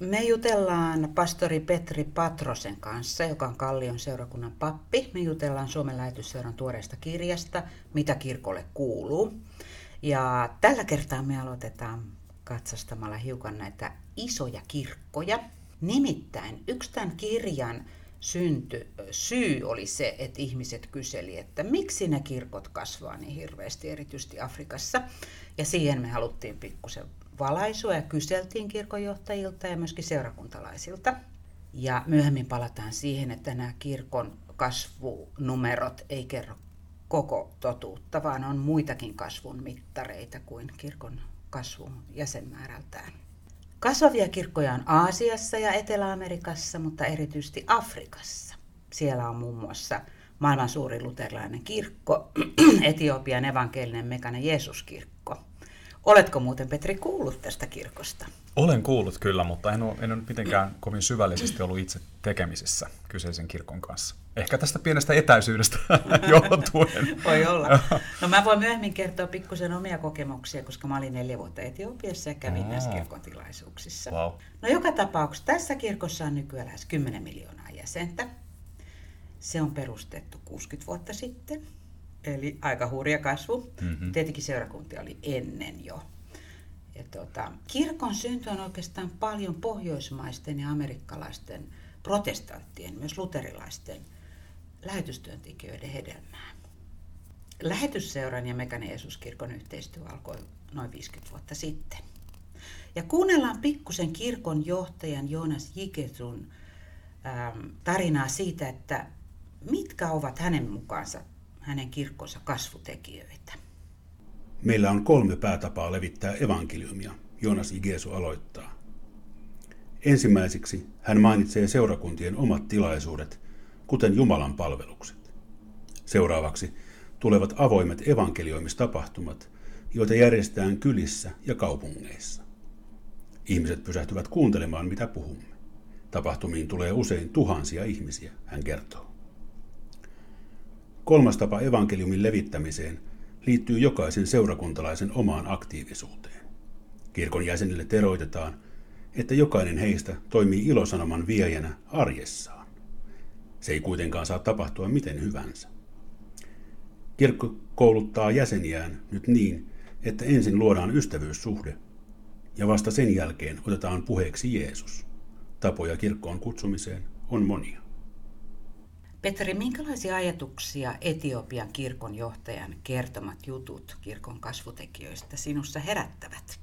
Me jutellaan pastori Petri Patrosen kanssa, joka on Kallion seurakunnan pappi. Me jutellaan Suomen Lähetysseuran tuoreesta kirjasta, Mitä kirkolle kuuluu. Ja tällä kertaa me aloitetaan katsastamalla hiukan näitä isoja kirkkoja. Nimittäin yksi tämän kirjan syy oli se, että ihmiset kyseli, että miksi ne kirkot kasvaa niin hirveästi, erityisesti Afrikassa. Ja siihen me haluttiin pikkusen valaisua ja kyseltiin kirkonjohtajilta ja myöskin seurakuntalaisilta. Ja myöhemmin palataan siihen, että nämä kirkon kasvunumerot ei kerro koko totuutta, vaan on muitakin kasvun mittareita kuin kirkon kasvun jäsenmäärältään. Kasvavia kirkkoja on Aasiassa ja Etelä-Amerikassa, mutta erityisesti Afrikassa. Siellä on muun muassa maailman suurin luterilainen kirkko, Etiopian evankelinen Mekane Jeesuskirkko. Oletko muuten, Petri, kuullut tästä kirkosta? Olen kuullut kyllä, mutta en ole mitenkään kovin syvällisesti ollut itse tekemisissä kyseisen kirkon kanssa. Ehkä tästä pienestä etäisyydestä johtuen. Voi olla. No mä voin myöhemmin kertoa pikkusen omia kokemuksia, koska mä olin 4 vuotta Etiopiassa ja kävin näissä kirkon tilaisuuksissa. Wow. No joka tapauksessa tässä kirkossa on nykyään lähes 10 miljoonaa jäsentä. Se on perustettu 60 vuotta sitten, eli aika hurja kasvu. Mm-hmm. Tietenkin seurakuntia oli ennen jo. Ja kirkon synty on oikeastaan paljon pohjoismaisten ja amerikkalaisten protestanttien, myös luterilaisten lähetystyöntekijöiden hedelmää. Lähetysseuran ja Mekane Jeesuskirkon yhteistyö alkoi noin 50 vuotta sitten. Ja kuunnellaan pikkusen kirkon johtajan Joonas Jikesun tarinaa siitä, että mitkä ovat hänen mukaansa hänen kirkkonsa kasvutekijöitä. Meillä on 3 päätapaa levittää evankeliumia, Joonas Jigesu aloittaa. Ensimmäiseksi hän mainitsee seurakuntien omat tilaisuudet, kuten Jumalan palvelukset. Seuraavaksi tulevat avoimet evankelioimistapahtumat, joita järjestetään kylissä ja kaupungeissa. Ihmiset pysähtyvät kuuntelemaan, mitä puhumme. Tapahtumiin tulee usein tuhansia ihmisiä, hän kertoo. 3. tapa evankeliumin levittämiseen liittyy jokaisen seurakuntalaisen omaan aktiivisuuteen. Kirkon jäsenille teroitetaan, että jokainen heistä toimii ilosanoman viejänä arjessaan. Se ei kuitenkaan saa tapahtua miten hyvänsä. Kirkko kouluttaa jäseniään nyt niin, että ensin luodaan ystävyyssuhde ja vasta sen jälkeen otetaan puheeksi Jeesus. Tapoja kirkkoon kutsumiseen on monia. Petri, minkälaisia ajatuksia Etiopian kirkon johtajan kertomat jutut kirkon kasvutekijöistä sinussa herättävät?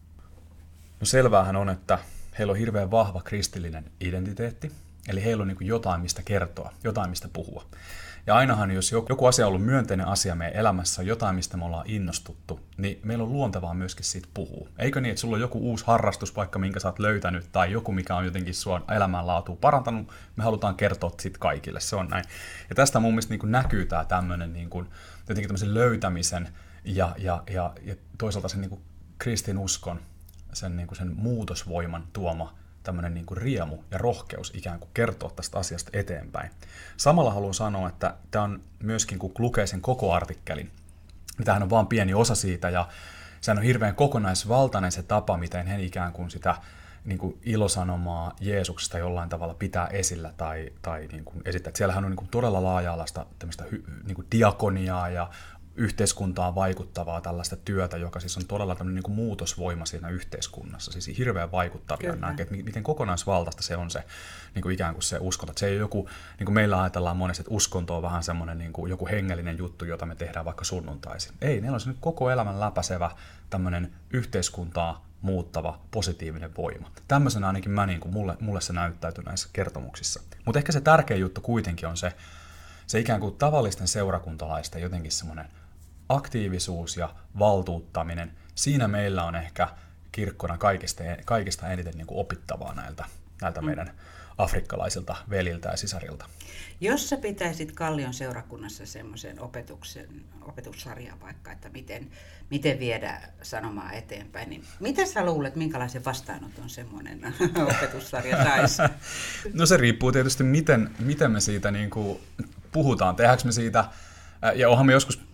No selväähän on, että heillä on hirveän vahva kristillinen identiteetti, eli heillä on niin kuin jotain, mistä kertoa, jotain, mistä puhua. Ja ainahan, jos joku asia on ollut myönteinen asia meidän elämässä, jotain, mistä me ollaan innostuttu, niin meillä on luontevaa myöskin siitä puhua. Eikö niin, että sulla on joku uusi harrastus, vaikka minkä sä oot löytänyt, tai joku, mikä on jotenkin sua elämänlaatua parantanut, me halutaan kertoa siitä kaikille, se on näin. Ja tästä mun mielestä niin kuin näkyy tämä tämmöinen niin kuin, jotenkin tämmöisen löytämisen ja toisaalta sen niin kuin kristinuskon, sen muutosvoiman tuoma tämmöinen niin kuin riemu ja rohkeus ikään kuin kertoa tästä asiasta eteenpäin. Samalla haluan sanoa, että tämä on myöskin, kun lukee sen koko artikkelin, niin tämähän on vain pieni osa siitä, ja sehän on hirveän kokonaisvaltainen se tapa, miten he ikään kuin sitä niin kuin ilosanomaa Jeesuksesta jollain tavalla pitää esillä tai niin kuin esittää. Että siellähän on niin kuin todella laaja-alaista tämmöistä niin kuin diakoniaa ja yhteiskuntaan vaikuttavaa tällaista työtä, joka siis on todella tämmöinen niin kuin muutosvoima siinä yhteiskunnassa. Siis hirveän vaikuttavia nämä, että miten kokonaisvaltaista se on se niin kuin ikään kuin se uskonto. Että se ei ole joku, niin kuin meillä ajatellaan monesti, että uskonto on vähän semmoinen niin kuin joku hengellinen juttu, jota me tehdään vaikka sunnuntaisin. Ei, meillä on se nyt koko elämän läpäisevä tämmöinen yhteiskuntaa muuttava positiivinen voima. Tämmöisenä ainakin niin kuin mulle se näyttäytyy näissä kertomuksissa. Mutta ehkä se tärkeä juttu kuitenkin on se ikään kuin tavallisten seurakuntalaisten jotenkin semmoinen aktiivisuus ja valtuuttaminen. Siinä meillä on ehkä kirkkona kaikista eniten niin kuin opittavaa näiltä meidän afrikkalaisilta veliltä ja sisarilta. Jos sä pitäisit Kallion seurakunnassa semmoisen opetussarjan vaikka, että miten viedä sanomaa eteenpäin, niin miten sä luulet, minkälaisen vastaanoton semmoinen opetussarja saisi? No se riippuu tietysti, miten me siitä niin kuin puhutaan. Tehdäänkö me siitä, ja onhan me joskus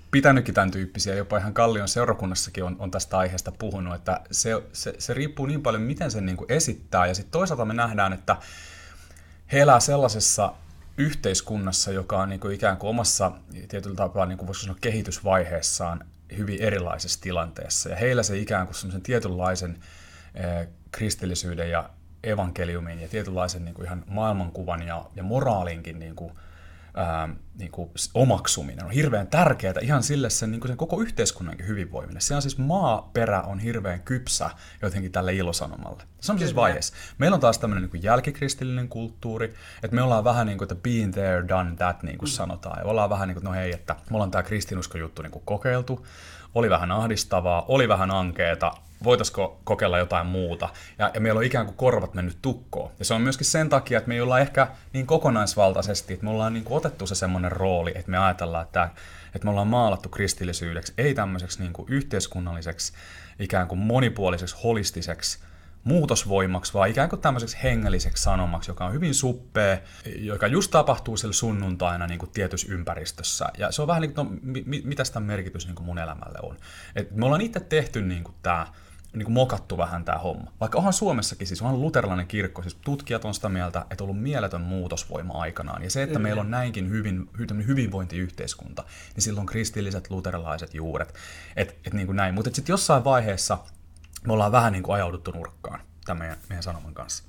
pitänytkin tämän tyyppisiä, jopa ihan Kallion seurakunnassakin on tästä aiheesta puhunut, että se riippuu niin paljon, miten sen niin kuin esittää, ja sitten toisaalta me nähdään, että he elää sellaisessa yhteiskunnassa, joka on niin kuin ikään kuin omassa tietyllä tapaa, niin kuin voisiko sanoa, kehitysvaiheessaan hyvin erilaisessa tilanteessa, ja heillä se ikään kuin semmoisen tietynlaisen kristillisyyden ja evankeliumin ja tietynlaisen niin kuin ihan maailmankuvan ja moraalinkin niin kuin omaksuminen on hirveän tärkeää ihan sille sen koko yhteiskunnankin hyvinvoiminen. Se on siis maaperä on hirveän kypsä jotenkin tälle ilosanomalle. Se on siis vaiheessa. Meillä on taas tämmöinen niin jälkikristillinen kulttuuri, että me ollaan vähän niin kuin, että been there, done that, niin kuin sanotaan. Ja ollaan vähän niin kuin, no hei, että me ollaan tämä kristinuskojuttu niin kuin kokeiltu, oli vähän ahdistavaa, oli vähän ankeeta, voitaisiko kokeilla jotain muuta. Ja meillä on ikään kuin korvat mennyt tukkoon. Ja se on myöskin sen takia, että me ei olla ehkä niin kokonaisvaltaisesti, että me ollaan niin kuin otettu se semmoinen rooli, että me ajatellaan, että me ollaan maalattu kristillisyydeksi, ei tämmöiseksi niin kuin yhteiskunnalliseksi, ikään kuin monipuoliseksi, holistiseksi muutosvoimaksi, vaan ikään kuin tämmöiseksi hengelliseksi sanomaksi, joka on hyvin suppea, joka just tapahtuu sillä sunnuntaina niin kuin tietyssä ympäristössä. Ja se on vähän niin kuin, no, mitä tämä merkitys niin kuin mun elämälle on. Et me ollaan itse tehty niin kuin tämä, niin kuin mokattu vähän tämä homma. Vaikka onhan Suomessakin, siis onhan luterilainen kirkko, siis tutkijat on sitä mieltä, että on ollut mieletön muutosvoima aikanaan. Ja se, että meillä on näinkin hyvinvointiyhteiskunta, niin silloin kristilliset, luterilaiset juuret. Niin kuin näin. Mutta sitten jossain vaiheessa me ollaan vähän niin kuin ajauduttu nurkkaan tämän meidän sanoman kanssa.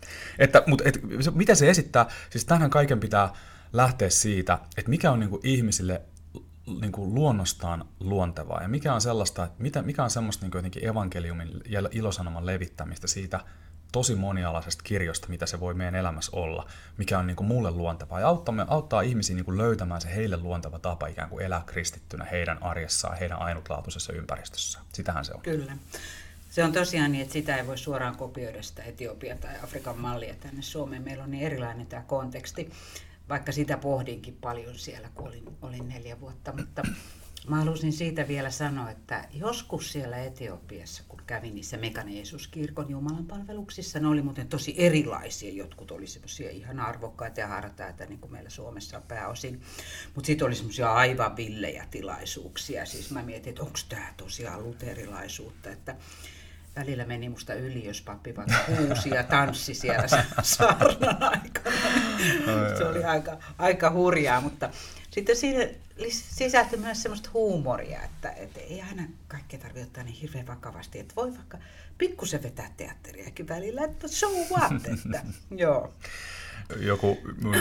Mitä se esittää? Siis tämähän kaiken pitää lähteä siitä, että mikä on niin kuin ihmisille niin kuin luonnostaan luontevaa ja mikä on sellaista, mikä on semmoista niin kuin jotenkin evankeliumin ja ilosanoman levittämistä siitä tosi monialaisesta kirjosta, mitä se voi meidän elämässä olla, mikä on niin kuin mulle luontevaa ja auttaa ihmisiä niin kuin löytämään se heille luonteva tapa ikään kuin elää kristittynä heidän arjessaan, heidän ainutlaatuisessa ympäristössään. Sitähän se on. Kyllä. Se on tosiaan niin, että sitä ei voi suoraan kopioida sitä Etiopian tai Afrikan mallia tänne Suomeen. Meillä on niin erilainen tämä konteksti, vaikka sitä pohdinkin paljon siellä, kun olin 4 vuotta. Mutta mä halusin siitä vielä sanoa, että joskus siellä Etiopiassa, kun kävin niissä Mekaneesus-kirkon jumalanpalveluksissa, ne oli muuten tosi erilaisia. Jotkut oli semmoisia ihan arvokkaita ja hartaita, niin kuin meillä Suomessa on pääosin. Mutta sitten oli semmoisia aivan villejä tilaisuuksia. Siis mä mietin, että onko tämä tosiaan luterilaisuutta, että välillä meni musta yli, jos pappi vaikka huusi ja tanssi siellä saarnan aikana. Se oli aika hurjaa, mutta sitten siinä sisältyi myös semmoista huumoria, että ei aina kaikkea tarvitse ottaa niin hirveän vakavasti, että voi vaikka pikkusen vetää teatteriakin välillä, että so what, että joo. Joku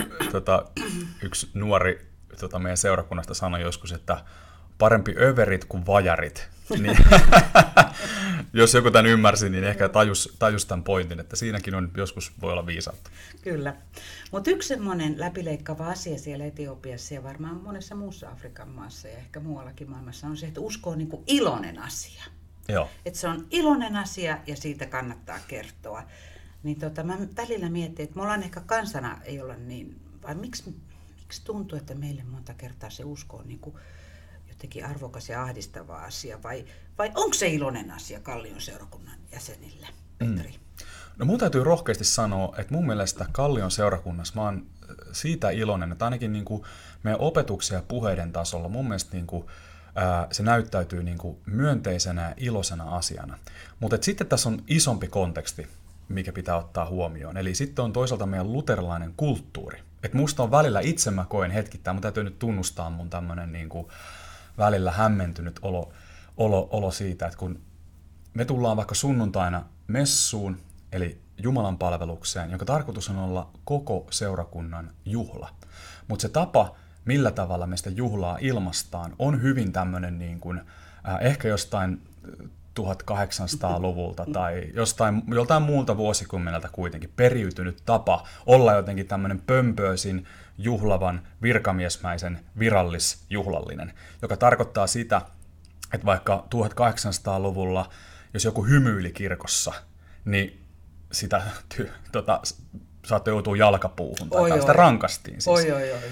yksi nuori meidän seurakunnasta sanoi joskus, että parempi överit kuin vajarit. Niin, jos joku tämän ymmärsi, niin ehkä tajus tämän pointin, että siinäkin on joskus voi olla viisautta. Kyllä. Mutta yksi semmoinen läpileikkaava asia siellä Etiopiassa ja varmaan monessa muussa Afrikan maassa ja ehkä muuallakin maailmassa on se, että usko on niin kuin iloinen asia. Joo. Että se on iloinen asia ja siitä kannattaa kertoa. Niin mä välillä mietin, että me ollaan ehkä kansana ei olla niin, vai miksi tuntuu, että meille monta kertaa se usko on niin kuin jotenkin arvokas ja ahdistava asia, vai onko se iloinen asia Kallion seurakunnan jäsenille, Petri? No mun täytyy rohkeasti sanoa, että mun mielestä Kallion seurakunnassa mä oon siitä iloinen, että ainakin niin kuin meidän opetuksen ja puheiden tasolla mun mielestä niin kuin, se näyttäytyy niin kuin myönteisenä ja iloisena asiana. Mutta sitten tässä on isompi konteksti, mikä pitää ottaa huomioon. Eli sitten on toisaalta meidän luterilainen kulttuuri. Että musta on välillä itse mä koen hetkittäin, mun täytyy nyt tunnustaa mun tämmönen niin kuin välillä hämmentynyt olo siitä, että kun me tullaan vaikka sunnuntaina messuun, eli Jumalan palvelukseen, jonka tarkoitus on olla koko seurakunnan juhla. Mutta se tapa, millä tavalla me sitä juhlaa ilmastaan, on hyvin tämmöinen niin kuin, ehkä jostain 1800-luvulta tai joltain muulta vuosikymmeneltä kuitenkin periytynyt tapa olla jotenkin tämmöinen pömpöisin, juhlavan, virkamiesmäisen, virallisjuhlallinen, joka tarkoittaa sitä, että vaikka 1800-luvulla, jos joku hymyili kirkossa, niin sitä saattoi joutua jalkapuuhun tai sitä rankastiin. Siis.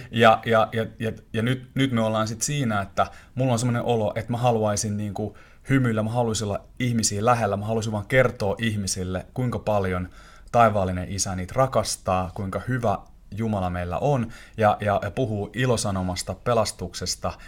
Ja nyt me ollaan sitten siinä, että mulla on semmoinen olo, että mä haluaisin niinku hymyillä, mä haluaisin olla ihmisiä lähellä, mä haluaisin vaan kertoa ihmisille, kuinka paljon taivaallinen Isä niitä rakastaa, kuinka hyvä Jumala meillä on, ja puhuu ilosanomasta, pelastuksesta,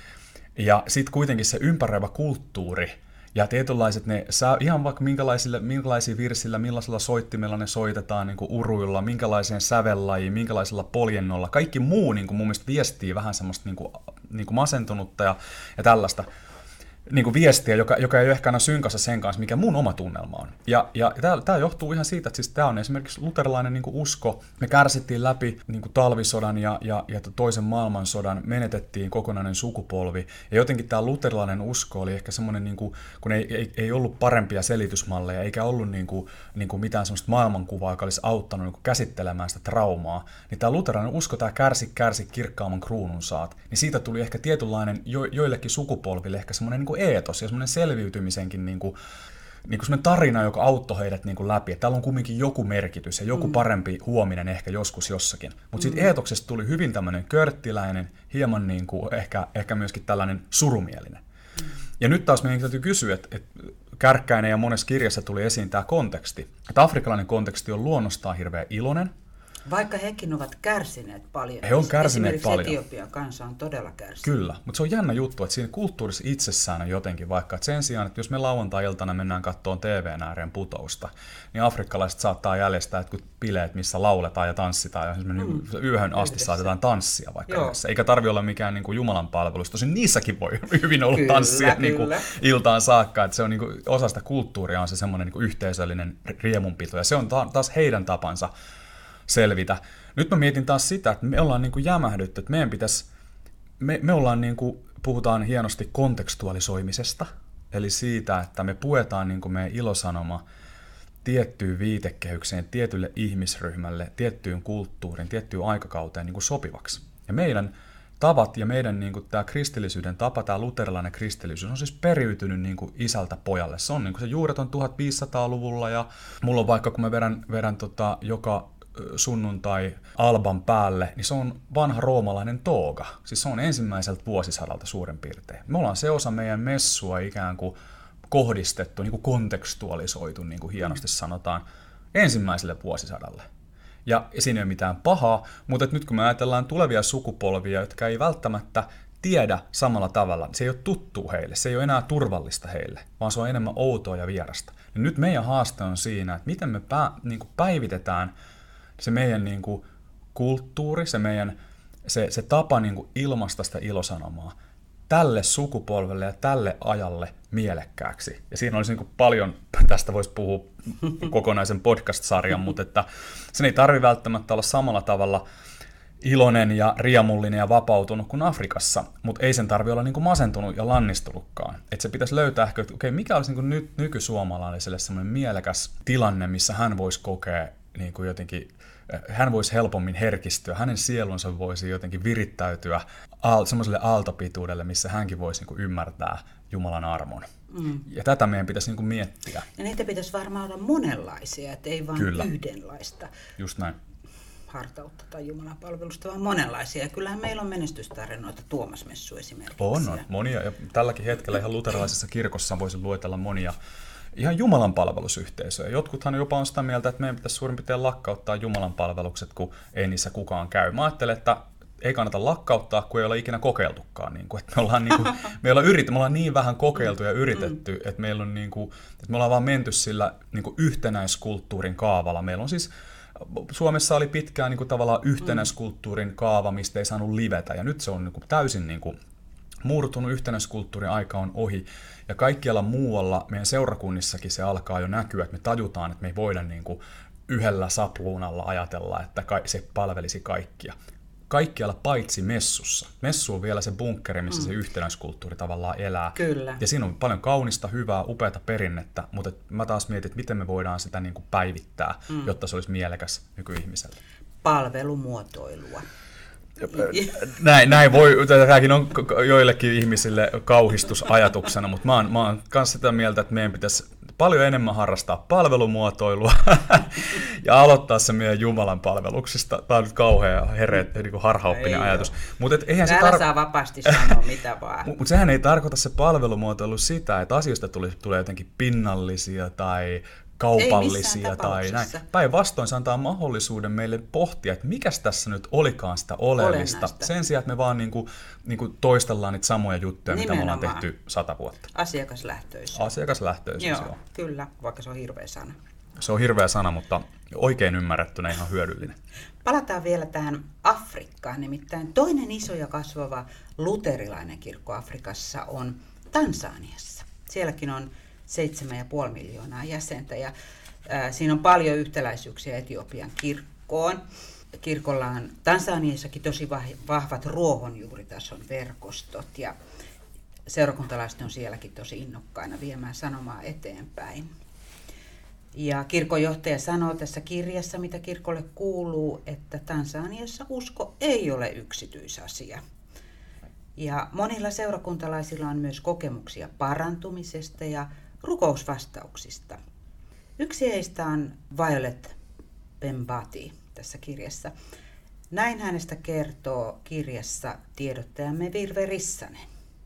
Ja sitten kuitenkin se ympäröivä kulttuuri ja tietynlaiset ihan vaikka minkälaisia virsillä, millaisella soittimella ne soitetaan, niin kuin uruilla, minkälaiseen sävellajiin, minkälaisella poljennolla. Kaikki muu niin kuin mun mielestä viestii vähän semmoista niin kuin masentunutta ja tällaista niin kuin viestiä, joka ei ole ehkä aina synkassa sen kanssa, mikä mun oma tunnelma on. Ja tämä johtuu ihan siitä, että siis tämä on esimerkiksi luterilainen niin kuin usko. Me kärsittiin läpi niin kuin talvisodan ja toisen maailmansodan, menetettiin kokonainen sukupolvi. Ja jotenkin tämä luterilainen usko oli ehkä semmoinen, niin kuin, kun ei ollut parempia selitysmalleja, eikä ollut niin kuin mitään semmoista maailmankuvaa, joka olisi auttanut niin kuin käsittelemään sitä traumaa. Niin tämä luterilainen usko, tämä kärsi kirkkaamman kruunun saat, niin siitä tuli ehkä tietynlainen joillekin sukupolville ehkä semmoinen niin kuin eetos ja semmoinen selviytymisenkin niin kuin semmoinen tarina, joka auttoi heidät niin kuin läpi. Että täällä on kumminkin joku merkitys ja joku parempi huominen ehkä joskus jossakin. Mutta siitä eetoksesta tuli hyvin tämmöinen körttiläinen, hieman niin kuin ehkä myöskin tällainen surumielinen. Ja nyt taas meidän täytyy kysyä, että Kärkkäinen ja monessa kirjassa tuli esiin tämä konteksti. Että afrikkalainen konteksti on luonnostaan hirveän iloinen. Vaikka hekin ovat kärsineet paljon. He on kärsineet paljon. Esimerkiksi Etiopian kansa on todella kärsinyt. Kyllä, mutta se on jännä juttu, että siinä kulttuurissa itsessään on jotenkin vaikka, että sen sijaan, että jos me lauantai-iltana mennään katsomaan TV:n ääreen putousta, niin afrikkalaiset saattaa jäljestää jotkut bileet, missä lauletaan ja tanssitaan ja yöhön asti saatetaan tanssia vaikka. Eikä tarvitse olla mikään niin kuin Jumalan palvelus. Tosin niissäkin voi hyvin olla tanssia niin kuin iltaan saakka, että se on niin kuin, osa sitä kulttuuria on se semmoinen niin kuin yhteisöllinen riemunpito ja se on taas heidän tapansa selvitä. Nyt mä mietin taas sitä, että me ollaan niin kuin jämähdytty, että meidän pitäisi, me ollaan niin kuin, puhutaan hienosti kontekstualisoimisesta, eli siitä, että me puetaan niin kuin meidän ilosanoma tiettyyn viitekehykseen, tietylle ihmisryhmälle, tiettyyn kulttuuriin, tiettyyn aikakauteen niin kuin sopivaksi. Ja meidän tavat ja meidän niin kuin, tämä kristillisyyden tapa, tämä luterilainen kristillisyys on siis periytynyt niin kuin isältä pojalle. Se on niin kuin, se juuret on 1500-luvulla ja mulla on vaikka, kun mä vedän joka sunnuntai Alban päälle, niin se on vanha roomalainen tooga. Siis se on ensimmäiseltä vuosisadalta suurin piirtein. Me ollaan se osa meidän messua ikään kuin kohdistettu, niin kuin kontekstualisoitu, niin kuin hienosti sanotaan, ensimmäiselle vuosisadalle. Ja siinä ei ole mitään pahaa, mutta nyt kun me ajatellaan tulevia sukupolvia, jotka ei välttämättä tiedä samalla tavalla, se ei ole tuttu heille, se ei ole enää turvallista heille, vaan se on enemmän outoa ja vierasta. Ja nyt meidän haaste on siinä, että miten me niin kuin päivitetään se meidän niin kuin kulttuuri, se tapa niin kuin ilmaista sitä ilosanomaa tälle sukupolvelle ja tälle ajalle mielekkääksi. Ja siinä olisi niin kuin paljon, tästä voisi puhua kokonaisen podcast-sarjan, mutta että sen ei tarvitse välttämättä olla samalla tavalla iloinen ja riemullinen ja vapautunut kuin Afrikassa, mutta ei sen tarvitse olla niin kuin masentunut ja lannistunutkaan. Että se pitäisi löytää ehkä, että okei, mikä olisi niin kuin nykysuomalaiselle semmoinen mielekäs tilanne, missä hän voisi kokea niin kuin jotenkin, hän voisi helpommin herkistyä, hänen sielunsa voisi jotenkin virittäytyä semmoiselle aaltopituudelle, missä hänkin voisi niin kuin ymmärtää Jumalan armon. Ja tätä meidän pitäisi niin kuin miettiä. Ja niitä pitäisi varmaan olla monenlaisia, että ei vain yhdenlaista. Just näin. Hartautta tai Jumalan palvelusta, vaan monenlaisia. Ja kyllähän meillä on menestystarinoita, Tuomas-messu esimerkiksi. On monia, ja tälläkin hetkellä ihan luterilaisessa kirkossa voisi luetella monia ihan Jumalan palvelusyhteisöjä. Jotkuthan jopa on sitä mieltä, että meidän pitäisi suurin piirtein lakkauttaa Jumalan palvelukset, kun ei niissä kukaan käy. Mä ajattelen, että ei kannata lakkauttaa, kun ei ole ikinä kokeiltukaan. Niin kuin, että me ollaan niin vähän kokeiltu ja yritetty, että meillä on niin kuin, että me ollaan vaan menty sillä niin kuin yhtenäiskulttuurin kaavalla. Meillä on siis Suomessa oli pitkään niin kuin tavallaan yhtenäiskulttuurin kaava, mistä ei saanut livetä, ja nyt se on niin kuin täysin niin kuin murtunut, yhtenäiskulttuurin aika on ohi, ja kaikkialla muualla meidän seurakunnissakin se alkaa jo näkyä, että me tajutaan, että me ei voida niin kuin yhdellä sapluunalla ajatella, että se palvelisi kaikkia. Kaikkialla paitsi messussa. Messu on vielä se bunkkeri, missä se yhtenäiskulttuuri tavallaan elää. Kyllä. Ja siinä on paljon kaunista, hyvää, upeata perinnettä, mutta mä taas mietin, että miten me voidaan sitä niin kuin päivittää, jotta se olisi mielekäs nykyihmiselle. Palvelumuotoilua. Näin voi, tämäkin on joillekin ihmisille kauhistusajatuksena, mutta mä oon myös sitä mieltä, että meidän pitäisi paljon enemmän harrastaa palvelumuotoilua ja aloittaa se meidän Jumalan palveluksista. Tämä on nyt kauhea niin harhaoppinen ajatus. Täällä saa vapaasti sanoa mitä vaan. Mutta sehän ei tarkoita se palvelumuotoilu sitä, että asioista tulee jotenkin pinnallisia tai kaupallisia tai näin. Päinvastoin se antaa mahdollisuuden meille pohtia, että mikäs tässä nyt olikaan sitä oleellista. Sen sijaan, että me vaan niinku toistellaan niitä samoja juttuja, nimenomaan, mitä me ollaan tehty 100 vuotta. Asiakaslähtöisyys, joo. Kyllä, vaikka se on hirveä sana. Se on hirveä sana, mutta oikein ymmärrettynä ihan hyödyllinen. Palataan vielä tähän Afrikkaan. Nimittäin toinen iso ja kasvava luterilainen kirkko Afrikassa on Tansaniassa. Sielläkin on 7,5 miljoonaa jäsentä ja siinä on paljon yhtäläisyyksiä Etiopian kirkkoon. Kirkolla on Tansaniassakin tosi vahvat ruohonjuuritason verkostot ja seurakuntalaiset on sielläkin tosi innokkaina viemään sanomaa eteenpäin. Ja kirkonjohtaja sanoo tässä kirjassa, mitä kirkolle kuuluu, että Tansaniassa usko ei ole yksityisasia. Ja monilla seurakuntalaisilla on myös kokemuksia parantumisesta ja rukousvastauksista. Yksi heistä on Violet Bembati tässä kirjassa. Näin hänestä kertoo kirjassa tiedottajamme Virve Rissanen.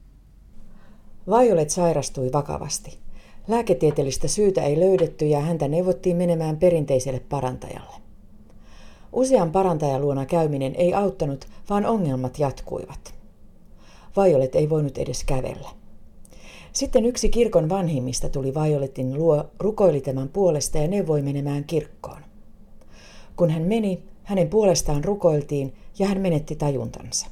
Violet sairastui vakavasti. Lääketieteellistä syytä ei löydetty ja häntä neuvottiin menemään perinteiselle parantajalle. Usean parantajan luona käyminen ei auttanut, vaan ongelmat jatkuivat. Violet ei voinut edes kävellä. Sitten yksi kirkon vanhimmista tuli Violetin luo, rukoili tämän puolesta ja neuvoi menemään kirkkoon. Kun hän meni, hänen puolestaan rukoiltiin ja hän menetti tajuntansa.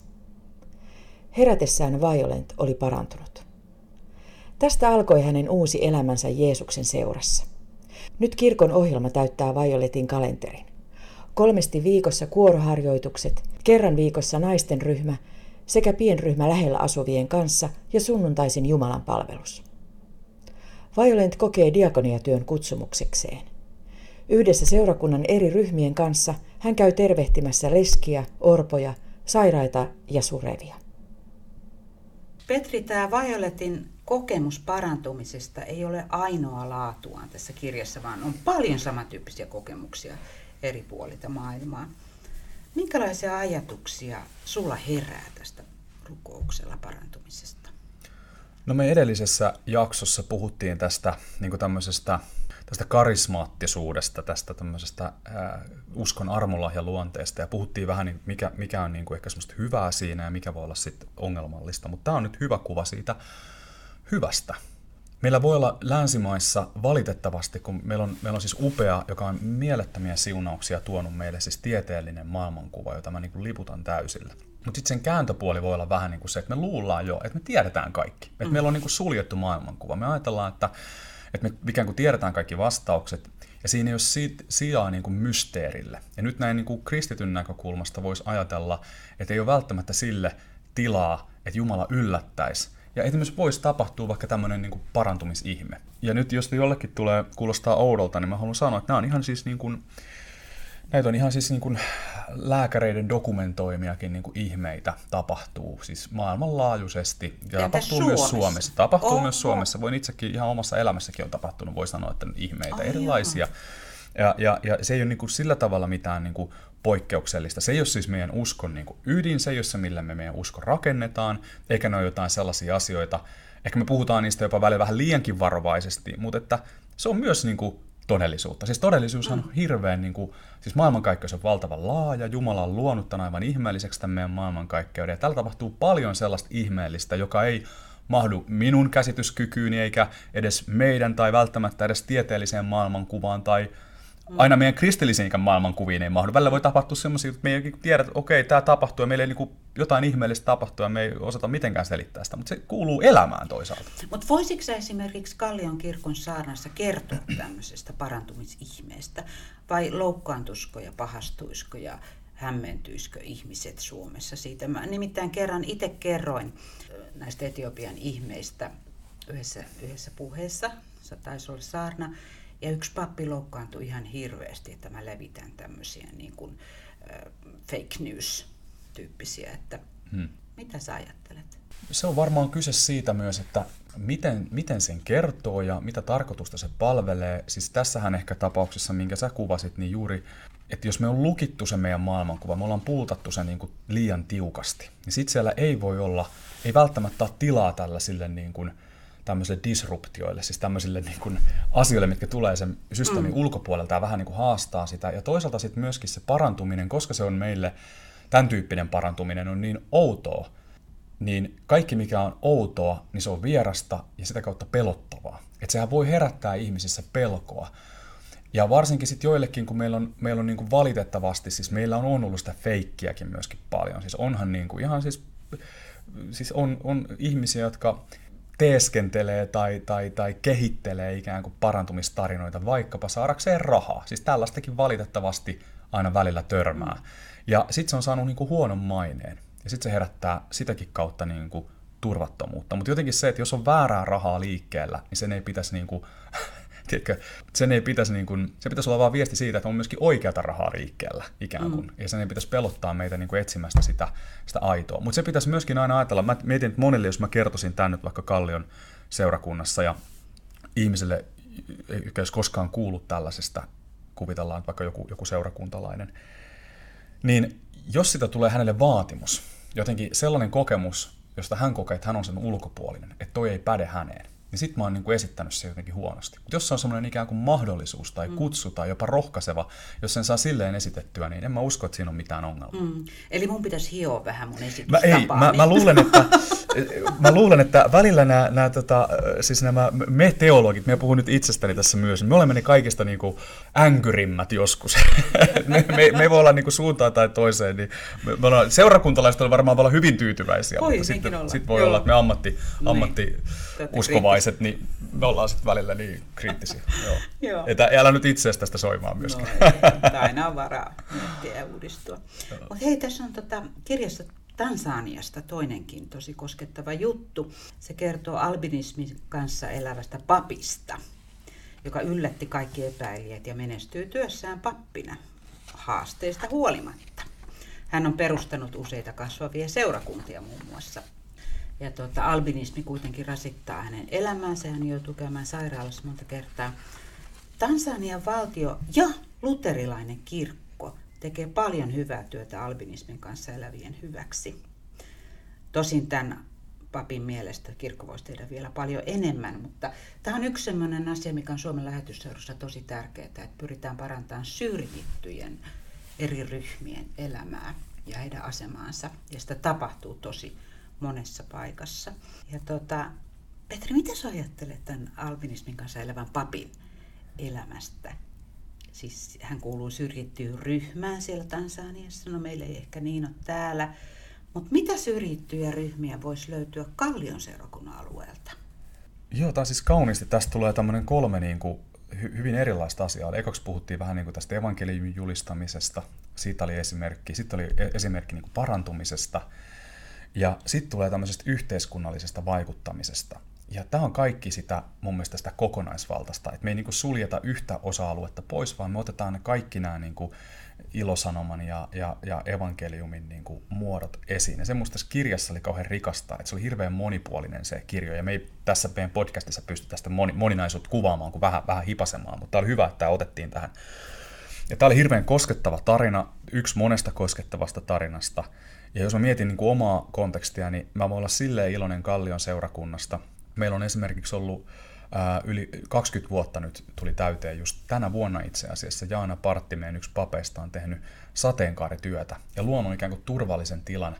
Herätessään Violet oli parantunut. Tästä alkoi hänen uusi elämänsä Jeesuksen seurassa. Nyt kirkon ohjelma täyttää Violetin kalenterin. 3 viikossa kuoroharjoitukset, kerran viikossa naisten ryhmä sekä pienryhmä lähellä asuvien kanssa ja sunnuntaisin Jumalan palvelus. Violet kokee diakoniatyön kutsumuksekseen. Yhdessä seurakunnan eri ryhmien kanssa hän käy tervehtimässä leskiä, orpoja, sairaita ja surevia. Petri, tämä Violetin kokemus parantumisesta ei ole ainoa laatuaan tässä kirjassa, vaan on paljon samantyyppisiä kokemuksia eri puolilta maailmaa. Minkälaisia ajatuksia sulla herää tästä rukouksella parantumisesta? No me edellisessä jaksossa puhuttiin tästä tästä karismaattisuudesta, tästä tämmöisestä uskon armolahjaluonteesta ja puhuttiin vähän, mikä on ehkä semmoista hyvää siinä ja mikä voi olla sitten ongelmallista, mutta tämä on nyt hyvä kuva siitä hyvästä. Meillä voi olla länsimaissa valitettavasti, kun meillä on siis upea, joka on mielettömiä siunauksia tuonut meille siis tieteellinen maailmankuva, jota mä liputan täysillä. Mutta sitten sen kääntöpuoli voi olla vähän niin kuin se, että me luullaan jo, että me tiedetään kaikki. Että meillä on suljettu maailmankuva. Me ajatellaan, että me ikään kuin tiedetään kaikki vastaukset, ja siinä ei ole sijaa mysteerille. Ja nyt näin kristityn näkökulmasta voisi ajatella, että ei ole välttämättä sille tilaa, että Jumala yllättäisi. Ja esimerkiksi voisi tapahtua vaikka tämmöinen parantumisihme. Ja nyt jos jollekin kuulostaa oudolta, niin mä haluan sanoa, että näitä on ihan siis lääkäreiden dokumentoimiakin ihmeitä tapahtuu, siis maailmanlaajuisesti. Ja tapahtuu myös Suomessa. Tapahtuu myös Suomessa. Voin itsekin ihan omassa elämässäkin on tapahtunut, voi sanoa, että ihmeitä erilaisia. Ja se ei ole sillä tavalla mitään poikkeuksellista. Se ei ole siis meidän uskon ydin, se ei ole se, millä me meidän usko rakennetaan, eikä ne ole jotain sellaisia asioita. Ehkä me puhutaan niistä jopa välillä vähän liiankin varovaisesti, mutta että se on myös todellisuutta. Siis todellisuus on hirveän, siis maailmankaikkeus on valtavan laaja, Jumala on luonut tämän aivan ihmeelliseksi tämän meidän maailmankaikkeuden, ja täällä tapahtuu paljon sellaista ihmeellistä, joka ei mahdu minun käsityskykyyni, eikä edes meidän tai välttämättä edes tieteelliseen maailmankuvaan, tai aina meidän kristillisiinkään maailmankuviin ei mahdu. Välillä voi tapahtua semmoisia, että me ei tiedä, että okei, tämä tapahtuu, ja meillä ei jotain ihmeellistä tapahtua, ja me ei osata mitenkään selittää sitä, mutta se kuuluu elämään toisaalta. Mutta voisitko sä esimerkiksi Kallion kirkon saarnassa kertoa tämmöisestä parantumisihmeestä, vai loukkaantuisiko ja pahastuisiko ja hämmentyisikö ihmiset Suomessa siitä? Mä nimittäin kerran itse kerroin näistä Etiopian ihmeistä yhdessä puheessa, se taisi olla saarna, ja yksi pappi loukkaantui ihan hirveästi, että mä levitän tämmöisiä fake news-tyyppisiä, että mitä sä ajattelet? Se on varmaan kyse siitä myös, että miten sen kertoo ja mitä tarkoitusta se palvelee. Siis tässähän ehkä tapauksessa, minkä sä kuvasit, niin juuri, että jos me on lukittu se meidän maailmankuva, me ollaan puutattu sen liian tiukasti, niin sit siellä ei välttämättä ole tilaa tällaisille tämmöisille disruptioille, siis tämmöisille niin kuin asioille, mitkä tulee sen systeemin ulkopuolelta ja vähän niin kuin haastaa sitä. Ja toisaalta sitten myöskin se parantuminen, koska se on meille, tämän tyyppinen parantuminen on niin outoa, niin kaikki mikä on outoa, niin se on vierasta ja sitä kautta pelottavaa. Että sehän voi herättää ihmisissä pelkoa. Ja varsinkin sitten joillekin, kun meillä on niin kuin valitettavasti, siis meillä on ollut sitä feikkiäkin myöskin paljon. Siis onhan niin kuin ihan siis on ihmisiä, jotka teeskentelee tai kehittelee ikään kuin parantumistarinoita vaikkapa saadakseen rahaa. Siis tällaistakin valitettavasti aina välillä törmää. Ja sitten se on saanut niin kuin huonon maineen. Ja sitten se herättää sitäkin kautta niin kuin turvattomuutta. Mutta jotenkin se, että jos on väärää rahaa liikkeellä, niin sen ei pitäisi niin kuin, tiedätkö, se pitäisi olla vaan viesti siitä, että on myöskin oikeata rahaa liikkeellä ikään kuin. Ja sen ei pitäisi pelottaa meitä niin kuin etsimästä sitä aitoa. Mutta se pitäisi myöskin aina ajatella, mä mietin, että monille, jos mä kertoisin tämän nyt vaikka Kallion seurakunnassa ja ihmiselle, joka ei koskaan kuullut tällaisesta, kuvitellaan vaikka joku seurakuntalainen, niin jos sitä tulee hänelle vaatimus, jotenkin sellainen kokemus, josta hän kokee, että hän on sen ulkopuolinen, että toi ei päde häneen, niin sit mä oon niin kuin esittänyt se jotenkin huonosti. Mutta jos se on semmoinen ikään kuin mahdollisuus tai kutsu tai jopa rohkaiseva, jos sen saa silleen esitettyä, niin en mä usko, että siinä on mitään ongelmaa. Eli mun pitäisi hioa vähän mun esitystapaa. Mä luulen, että välillä nämä me teologit, me puhun nyt itsestäni tässä myös, me olemme ne kaikista niin kuin änkyrimmät joskus. me ei voi olla niin kuin suuntaan tai toiseen. Niin seurakuntalaiset varmaan olla hyvin tyytyväisiä, mutta sitten voi olla, että me ammattiuskovaiset, niin me ollaan sitten välillä niin kriittisiä. Joo. Että älä nyt itseäsi tästä soimaan myöskään. No, aina on varaa miettiä ja uudistua. Mutta hei, tässä on kirjassa Tansaniasta toinenkin tosi koskettava juttu. Se kertoo albinismin kanssa elävästä papista, joka yllätti kaikki epäilijät ja menestyy työssään pappina haasteista huolimatta. Hän on perustanut useita kasvavia seurakuntia muun muassa. Ja albinismi kuitenkin rasittaa hänen elämäänsä ja hän joutuu käymään sairaalassa monta kertaa. Tansanian valtio ja luterilainen kirkko tekee paljon hyvää työtä albinismin kanssa elävien hyväksi. Tosin tämän papin mielestä kirkko voisi tehdä vielä paljon enemmän, mutta tämä on yksi sellainen asia, mikä on Suomen lähetysseurassa tosi tärkeää, että pyritään parantamaan syrjittyjen eri ryhmien elämää ja heidän asemaansa, ja sitä tapahtuu tosi monessa paikassa. Ja Petri, mitä sä ajattelet tämän albinismin kanssa elävän papin elämästä? Siis hän kuuluu syrjittyyn ryhmään siellä Tansaniassa, no meillä ei ehkä niin ole täällä, mutta mitä syrjittyjä ryhmiä voisi löytyä Kallion seurakunnan alueelta? Joo, tämä on siis kauniisti. Tästä tulee tämmöinen 3 niin kuin hyvin erilaista asiaa. Ekaksi puhuttiin vähän niin kuin tästä evankeliumin julistamisesta, siitä oli esimerkki. Sitten oli esimerkki niin kuin parantumisesta. Ja sitten tulee tämmöisestä yhteiskunnallisesta vaikuttamisesta. Ja tämä on kaikki sitä mun mielestä sitä kokonaisvaltaista, että me ei niin kuin suljeta yhtä osa-aluetta pois, vaan me otetaan ne kaikki nämä niin kuin ilosanoman ja evankeliumin niin kuin muodot esiin. Ja semmoista tässä kirjassa oli kauhean rikasta, että se oli hirveän monipuolinen se kirjo, ja me ei tässä meidän podcastissa pysty tästä moninaisuutta kuvaamaan kuin vähän hipasemaan, mutta tämä oli hyvä, että tämä otettiin tähän. Ja tämä oli hirveän koskettava tarina, yksi monesta koskettavasta tarinasta. Ja jos mä mietin niin kuin omaa kontekstia, niin mä voin olla silleen iloinen Kallion seurakunnasta. Meillä on esimerkiksi ollut yli 20 vuotta nyt tuli täyteen just tänä vuonna itse asiassa. Jaana Partti, meidän yksi papeista, on tehnyt sateenkaarityötä ja luonut ikään kuin turvallisen tilan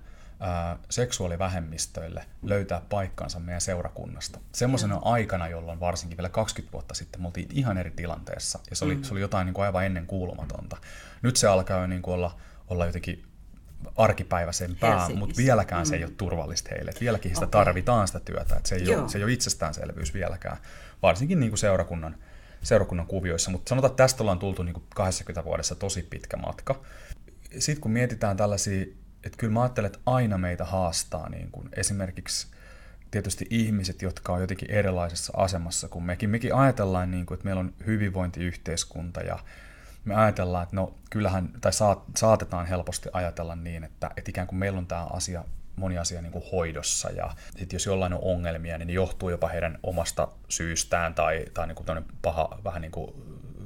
seksuaalivähemmistöille löytää paikkansa meidän seurakunnasta. Semmoisena aikana, jolloin varsinkin vielä 20 vuotta sitten me oltiin ihan eri tilanteessa ja se oli jotain niin kuin aivan ennen kuulumatonta. Nyt se alkaa jo niin kuin olla jotenkin arkipäiväisempää, mutta vieläkään se ei ole turvallista heille. Vieläkin sitä tarvitaan sitä työtä, että se ei ole itsestäänselvyys vieläkään, varsinkin niin kuin seurakunnan kuvioissa. Mutta sanotaan, että tästä ollaan tultu niin kuin 20 vuodessa tosi pitkä matka. Sitten kun mietitään tällaisia, että kyllä mä ajattelen, että aina meitä haastaa niin kuin esimerkiksi tietysti ihmiset, jotka on jotenkin erilaisessa asemassa kuin mekin. Mekin ajatellaan, niin kuin, että meillä on hyvinvointiyhteiskunta ja me ajatellaan, että no kyllähän, tai saatetaan helposti ajatella niin, että ikään kuin meillä on tämä moni asia niin kuin hoidossa, ja sit jos jollain on ongelmia, niin ne johtuu jopa heidän omasta syystään, tai niin kuin tämmöinen paha, vähän niin kuin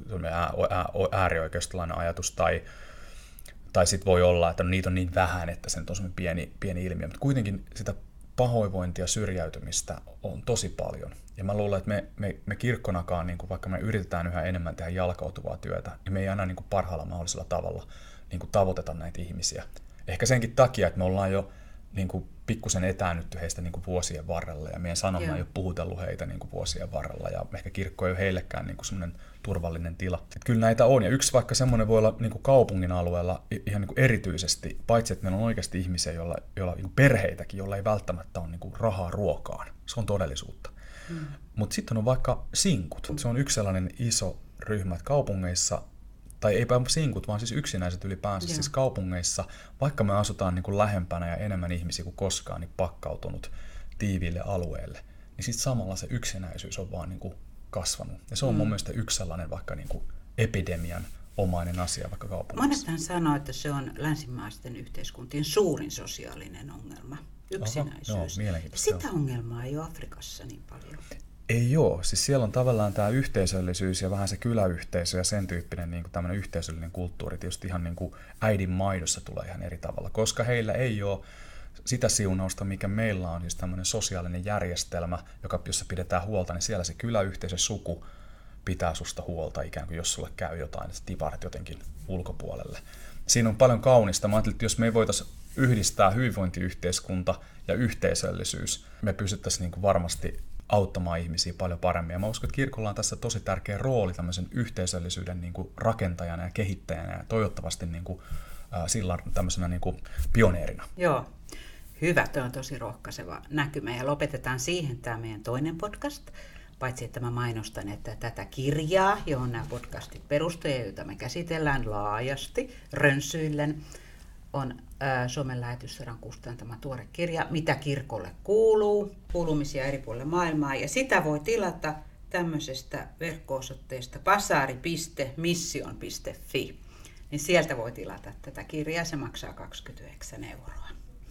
äärioikeistolainen ajatus, tai sitten voi olla, että niitä on niin vähän, että se on semmoinen pieni ilmiö, mutta kuitenkin sitä pahoinvointia ja syrjäytymistä on tosi paljon. Ja mä luulen, että me kirkkonakaan, niin kuin vaikka me yritetään yhä enemmän tehdä jalkautuvaa työtä, niin me ei aina niin kuin parhaalla mahdollisella tavalla niin kuin tavoiteta näitä ihmisiä. Ehkä senkin takia, että me ollaan jo niin kuin pikkusen etäännytty heistä niin kuin vuosien varrella, ja meidän sanoma ei ole puhutellut heitä niin kuin vuosien varrella, ja ehkä kirkko ei ole heillekään niin kuin semmoinen turvallinen tila. Että kyllä näitä on, ja yksi vaikka semmoinen voi olla niin kuin kaupungin alueella ihan niin kuin erityisesti, paitsi että meillä on oikeasti ihmisiä, joilla niin kuin perheitäkin, joilla ei välttämättä ole niin kuin rahaa ruokaan. Se on todellisuutta. Mutta sitten on vaikka sinkut. Se on yksi sellainen iso ryhmä, että kaupungeissa, tai eipä sinkut, vaan siis yksinäiset ylipäänsä, siis kaupungeissa, vaikka me asutaan niin kuin lähempänä ja enemmän ihmisiä kuin koskaan, niin pakkautunut tiiviille alueelle, niin sitten samalla se yksinäisyys on vaan niin kuin kasvanut. Ja se on mun mielestä yksi sellainen vaikka niin kuin epidemian omainen asia vaikka kaupungissa. Monethan sanoo, että se on länsimaisten yhteiskuntien suurin sosiaalinen ongelma, yksinäisyys. Sitä ongelmaa ei ole Afrikassa niin paljon. Ei ole. Siis siellä on tavallaan tämä yhteisöllisyys ja vähän se kyläyhteisö ja sen tyyppinen niin kuin tämmöinen yhteisöllinen kulttuuri tietysti ihan niin kuin äidin maidossa tulee ihan eri tavalla, koska heillä ei ole sitä siunausta, mikä meillä on, siis tämmöinen sosiaalinen järjestelmä, jossa pidetään huolta, niin siellä se kyläyhteisö, suku pitää susta huolta ikään kuin, jos sulle käy jotain, että tiparet jotenkin ulkopuolelle. Siinä on paljon kaunista. Mä ajattelin, että jos me ei voitaisiin yhdistää hyvinvointiyhteiskunta ja yhteisöllisyys, me pystyttäisiin niin kuin varmasti auttamaan ihmisiä paljon paremmin. Ja mä uskon, että kirkolla on tässä tosi tärkeä rooli tämmöisen yhteisöllisyyden niin kuin rakentajana ja kehittäjänä ja toivottavasti niin kuin, sillä tämmöisenä niin kuin pioneerina. Joo, hyvä. Tuo on tosi rohkaiseva näkymä. Ja lopetetaan siihen tämä meidän toinen podcast. Paitsi että mä mainostan, että tätä kirjaa, johon nämä podcastit perustuvat, joita me käsitellään laajasti, rönsyillen, on Suomen Lähetysseuraan kustantama tuore kirja, Mitä kirkolle kuuluu, kuulumisia eri puolilla maailmaa. Ja sitä voi tilata tämmöisestä verkko-osoitteesta pasari.mission.fi. Niin sieltä voi tilata tätä kirjaa, se maksaa 29 €.